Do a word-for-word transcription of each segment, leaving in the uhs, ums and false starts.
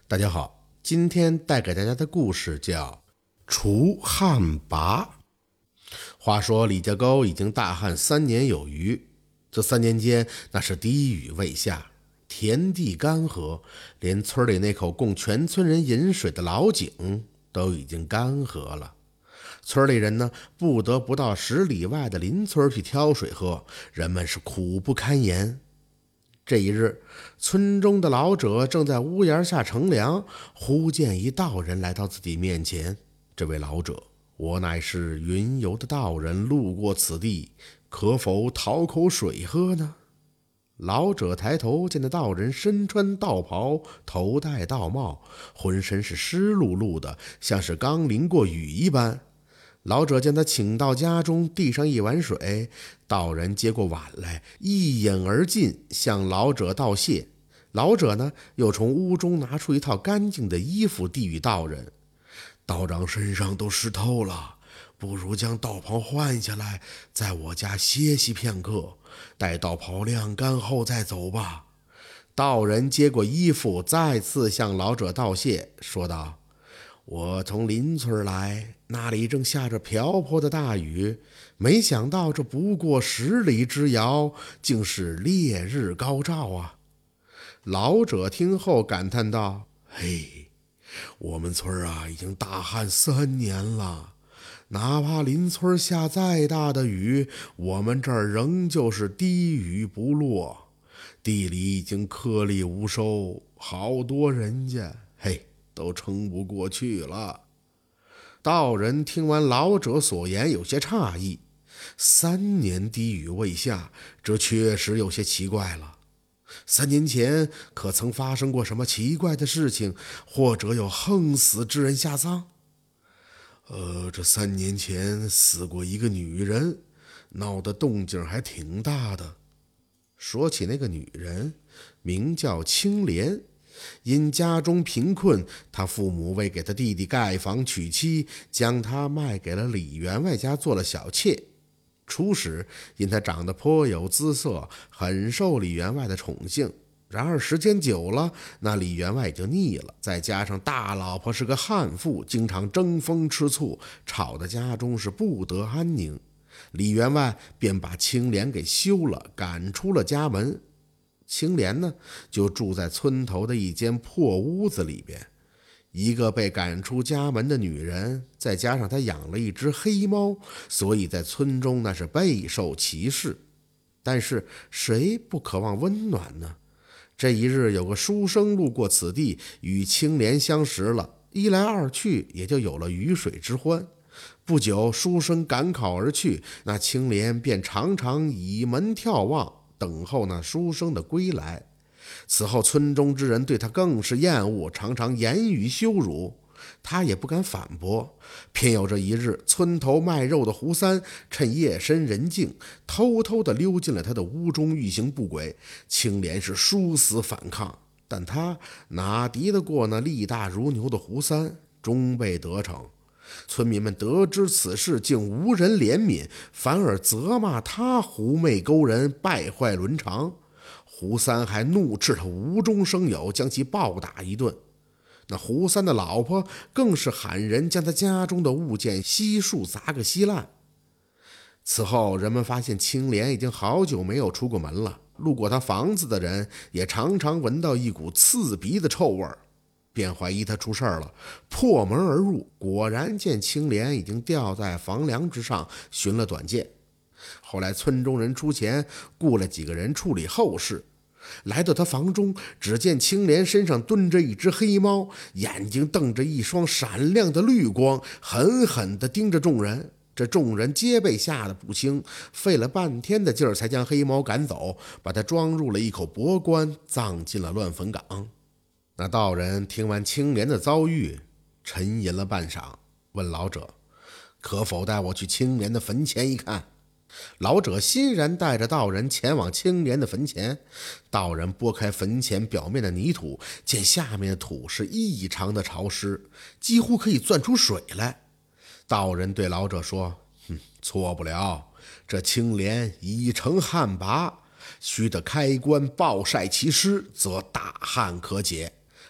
大家好，今天带给大家的故事叫除旱魃。话说李家沟已经大旱三年有余，这三年间那是滴雨未下，田地干涸，连村里那口供全村人饮水的老井都已经干涸了。村里人呢，不得不到十里外的邻村去挑水喝，人们是苦不堪言。这一日，村中的老者正在屋檐下乘凉，忽见一道人来到自己面前。这位老者，我乃是云游的道人，路过此地，可否讨口水喝呢？老者抬头见那道人身穿道袍，头戴道帽，浑身是湿漉漉的，像是刚淋过雨一般。老者将他请到家中，递上一碗水，道人接过碗来，一饮而尽，向老者道谢。老者呢，又从屋中拿出一套干净的衣服，递与道人。道长身上都湿透了，不如将道袍换下来，在我家歇息片刻，待道袍晾干后再走吧。道人接过衣服，再次向老者道谢，说道：我从邻村来，那里正下着瓢泼的大雨，没想到这不过十里之遥，竟是烈日高照啊。老者听后感叹道：嘿，我们村啊已经大旱三年了，哪怕邻村下再大的雨，我们这儿仍旧是滴雨不落，地里已经颗粒无收，好多人家嘿都撑不过去了。道人听完老者所言，有些诧异，三年滴雨未下，这确实有些奇怪了。三年前可曾发生过什么奇怪的事情，或者有横死之人下葬？呃，这三年前死过一个女人，闹得动静还挺大的。说起那个女人，名叫青莲，因家中贫困，他父母为给他弟弟盖房娶妻，将他卖给了李员外家做了小妾。初时因他长得颇有姿色，很受李员外的宠幸。然而时间久了，那李员外已经腻了，再加上大老婆是个悍妇，经常争风吃醋，吵得家中是不得安宁。李员外便把青莲给休了，赶出了家门。青莲呢，就住在村头的一间破屋子里边。一个被赶出家门的女人，再加上她养了一只黑猫，所以在村中那是备受歧视。但是谁不渴望温暖呢？这一日，有个书生路过此地，与青莲相识了，一来二去，也就有了鱼水之欢。不久，书生赶考而去，那青莲便常常倚门眺望，等候那书生的归来。此后村中之人对他更是厌恶，常常言语羞辱，他也不敢反驳。偏有这一日，村头卖肉的胡三趁夜深人静，偷偷地溜进了他的屋中，欲行不轨。青莲是殊死反抗，但他哪敌得过那力大如牛的胡三，终被得逞。村民们得知此事，竟无人怜悯，反而责骂他狐媚勾人，败坏伦常。胡三还怒斥他无中生有，将其暴打一顿。那胡三的老婆更是喊人将他家中的物件悉数砸个稀烂。此后人们发现青莲已经好久没有出过门了，路过他房子的人也常常闻到一股刺鼻的臭味，便怀疑他出事了，破门而入，果然见青莲已经吊在房梁之上，寻了短见。后来村中人出钱雇了几个人处理后事，来到他房中，只见青莲身上蹲着一只黑猫，眼睛瞪着一双闪亮的绿光，狠狠地盯着众人。这众人皆被吓得不轻，费了半天的劲儿才将黑猫赶走，把它装入了一口帛棺，葬进了乱坟岗。那道人听完青莲的遭遇，沉吟了半晌，问老者：可否带我去青莲的坟前一看？老者欣然带着道人前往青莲的坟前。道人拨开坟前表面的泥土，见下面的土是异常的潮湿，几乎可以钻出水来。道人对老者说：哼，错不了，这青莲已成旱魃，须得开棺暴晒其尸，则大旱可解。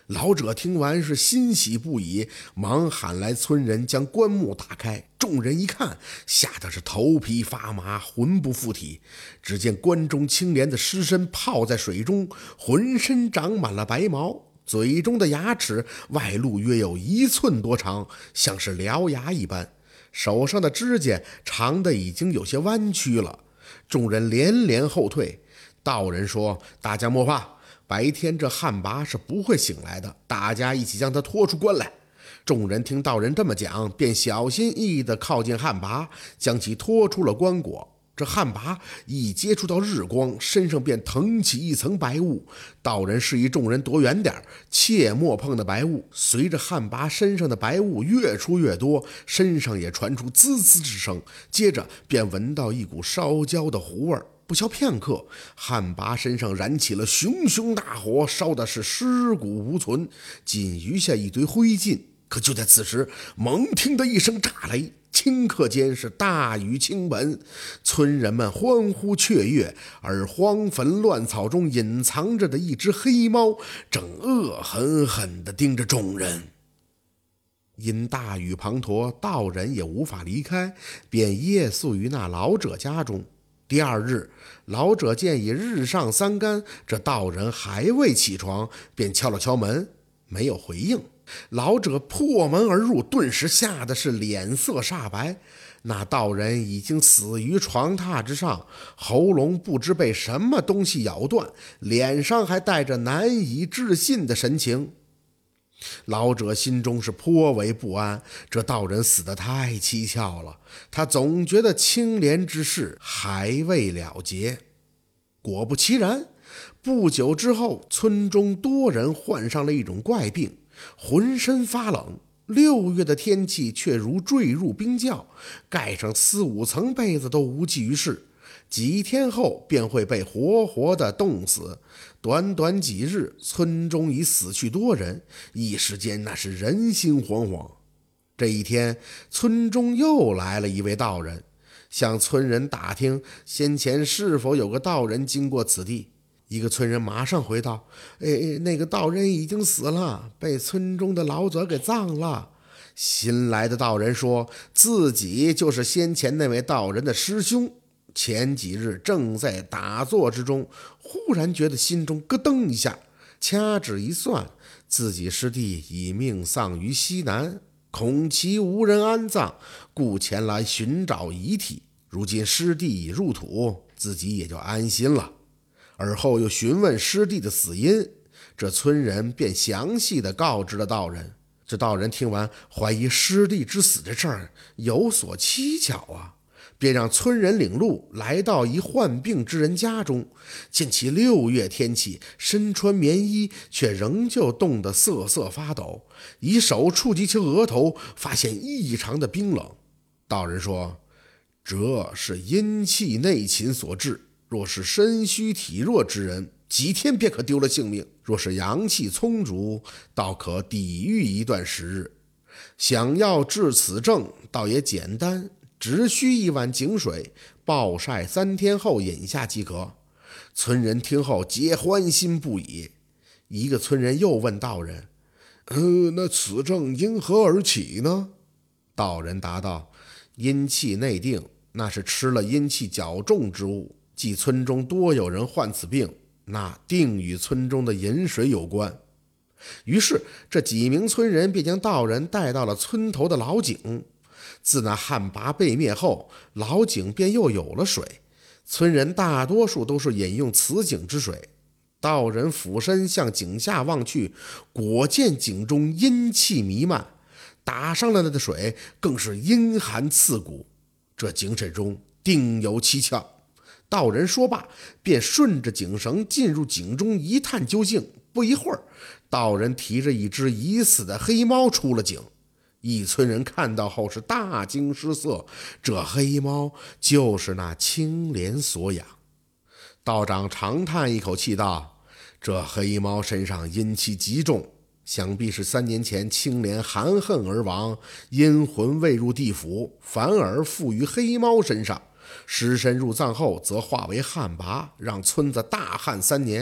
老者听完是欣喜不已，忙喊来村人将棺木打开。众人一看，吓得是头皮发麻，魂不附体。只见棺中青莲的尸身泡在水中，浑身长满了白毛，嘴中的牙齿外露约有一寸多长，像是獠牙一般。手上的指甲长的已经有些弯曲了。众人连连后退。道人说：大家莫怕，白天这旱魃是不会醒来的，大家一起将他拖出棺来。众人听道人这么讲，便小心翼翼地靠近旱魃，将其拖出了棺椁。这旱魃一接触到日光，身上便腾起一层白雾。道人示意众人躲远点，切莫碰那白雾。随着旱魃身上的白雾越出越多，身上也传出滋滋之声，接着便闻到一股烧焦的糊味。不消片刻，旱魃身上燃起了熊熊大火，烧的是尸骨无存，仅余下一堆灰烬。可就在此时，猛听的一声炸雷，顷刻间是大雨倾盆，村人们欢呼雀跃，而荒坟乱草中隐藏着的一只黑猫正恶狠狠地盯着众人。因大雨滂沱，道人也无法离开，便夜宿于那老者家中。第二日，老者见已日上三竿，这道人还未起床，便敲了敲门，没有回应。老者破门而入，顿时吓得是脸色煞白。那道人已经死于床榻之上，喉咙不知被什么东西咬断，脸上还带着难以置信的神情。老者心中是颇为不安，这道人死得太蹊跷了，他总觉得青莲之事还未了结。果不其然，不久之后，村中多人患上了一种怪病，浑身发冷，六月的天气却如坠入冰窖，盖上四五层被子都无济于事，几天后便会被活活的冻死。短短几日，村中已死去多人，一时间那是人心惶惶。这一天，村中又来了一位道人，向村人打听先前是否有个道人经过此地。一个村人马上回道：哎，那个道人已经死了，被村中的老者给葬了。新来的道人说自己就是先前那位道人的师兄，前几日正在打坐之中，忽然觉得心中咯噔一下，掐指一算，自己师弟已命丧于西南，恐其无人安葬，故前来寻找遗体。如今师弟已入土，自己也就安心了。而后又询问师弟的死因，这村人便详细的告知了道人。这道人听完，怀疑师弟之死这事儿有所蹊跷啊，便让村人领路来到一患病之人家中，见其六月天气，身穿棉衣，却仍旧冻得瑟瑟发抖，以手触及其额头，发现异常的冰冷。道人说，这是阴气内侵所致，若是身虚体弱之人，几天便可丢了性命；若是阳气充足，倒可抵御一段时日。想要治此症，倒也简单，只需一碗井水，暴晒三天后饮下即可。村人听后皆欢心不已。一个村人又问道人：呃，那此症因何而起呢？道人答道：阴气内定，那是吃了阴气较重之物。即村中多有人患此病，那定与村中的饮水有关。于是这几名村人便将道人带到了村头的老井。自那旱魃被灭后，老井便又有了水，村人大多数都是饮用此井之水。道人俯身向井下望去，果见井中阴气弥漫，打上来的水更是阴寒刺骨，这井水中定有蹊跷。道人说罢，便顺着井绳进入井中一探究竟。不一会儿，道人提着一只已死的黑猫出了井。一村人看到后是大惊失色，这黑猫就是那青莲所养。道长长叹一口气道：这黑猫身上阴气极重，想必是三年前青莲含恨而亡，阴魂未入地府，反而附于黑猫身上。尸身入葬后则化为旱魃，让村子大旱三年。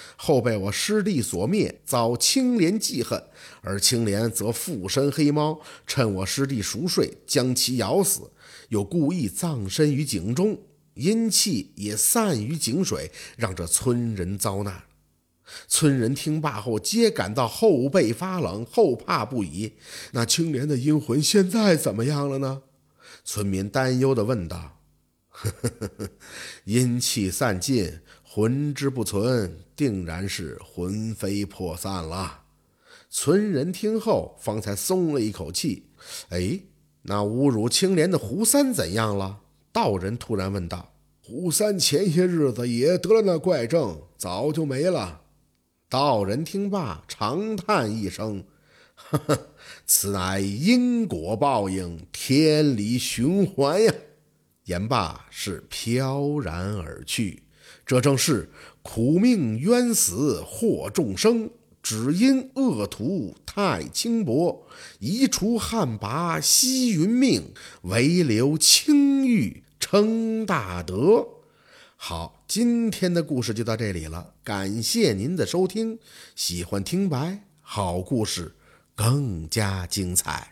后被我师弟所灭，遭青莲记恨，而青莲则附身黑猫，趁我师弟熟睡，将其咬死，又故意葬身于井中，阴气也散于井水，让这村人遭难。村人听罢后，皆感到后背发冷，后怕不已。那青莲的阴魂现在怎么样了呢？村民担忧地问道。呵呵呵呵，阴气散尽，魂之不存，定然是魂飞魄散了。村人听后方才松了一口气。哎，那侮辱青莲的胡三怎样了？道人突然问道。胡三前些日子也得了那怪症，早就没了。道人听罢长叹一声，呵呵，此乃因果报应，天理循环呀。言罢是飘然而去。这正是苦命冤死祸众生，只因恶徒太轻薄，移除旱魃惜云命，唯留青玉称大德。好，今天的故事就到这里了，感谢您的收听。喜欢听白，好故事更加精彩。